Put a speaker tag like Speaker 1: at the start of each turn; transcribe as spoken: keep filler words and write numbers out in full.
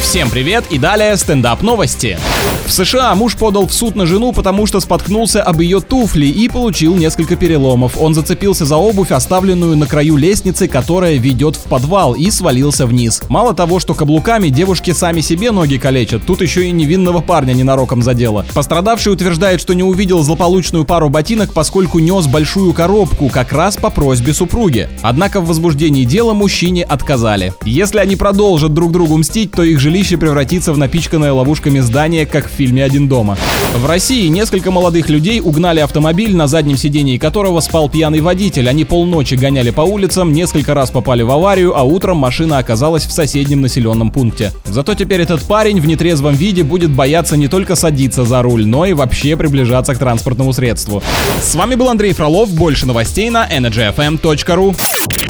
Speaker 1: Всем привет и далее стендап новости. В США муж подал в суд на жену, потому что споткнулся об ее туфли и получил несколько переломов. Он зацепился за обувь, оставленную на краю лестницы, которая ведет в подвал, и свалился вниз. Мало того, что каблуками девушки сами себе ноги калечат, тут еще и невинного парня ненароком задело. Пострадавший утверждает, что не увидел злополучную пару ботинок, поскольку нес большую коробку, как раз по просьбе супруги. Однако в возбуждении дела мужчине отказали. Если они продолжат друг другу мстить, то их жилище превратится в напичканное ловушками здание, как в фильме «Один дома». В России несколько молодых людей угнали автомобиль, на заднем сидении которого спал пьяный водитель. Они полночи гоняли по улицам, несколько раз попали в аварию, а утром машина оказалась в соседнем населенном пункте. Зато теперь этот парень в нетрезвом виде будет бояться не только садиться за руль, но и вообще приближаться к транспортному средству. С вами был Андрей Фролов. Больше новостей на энерджи эф эм точка ру.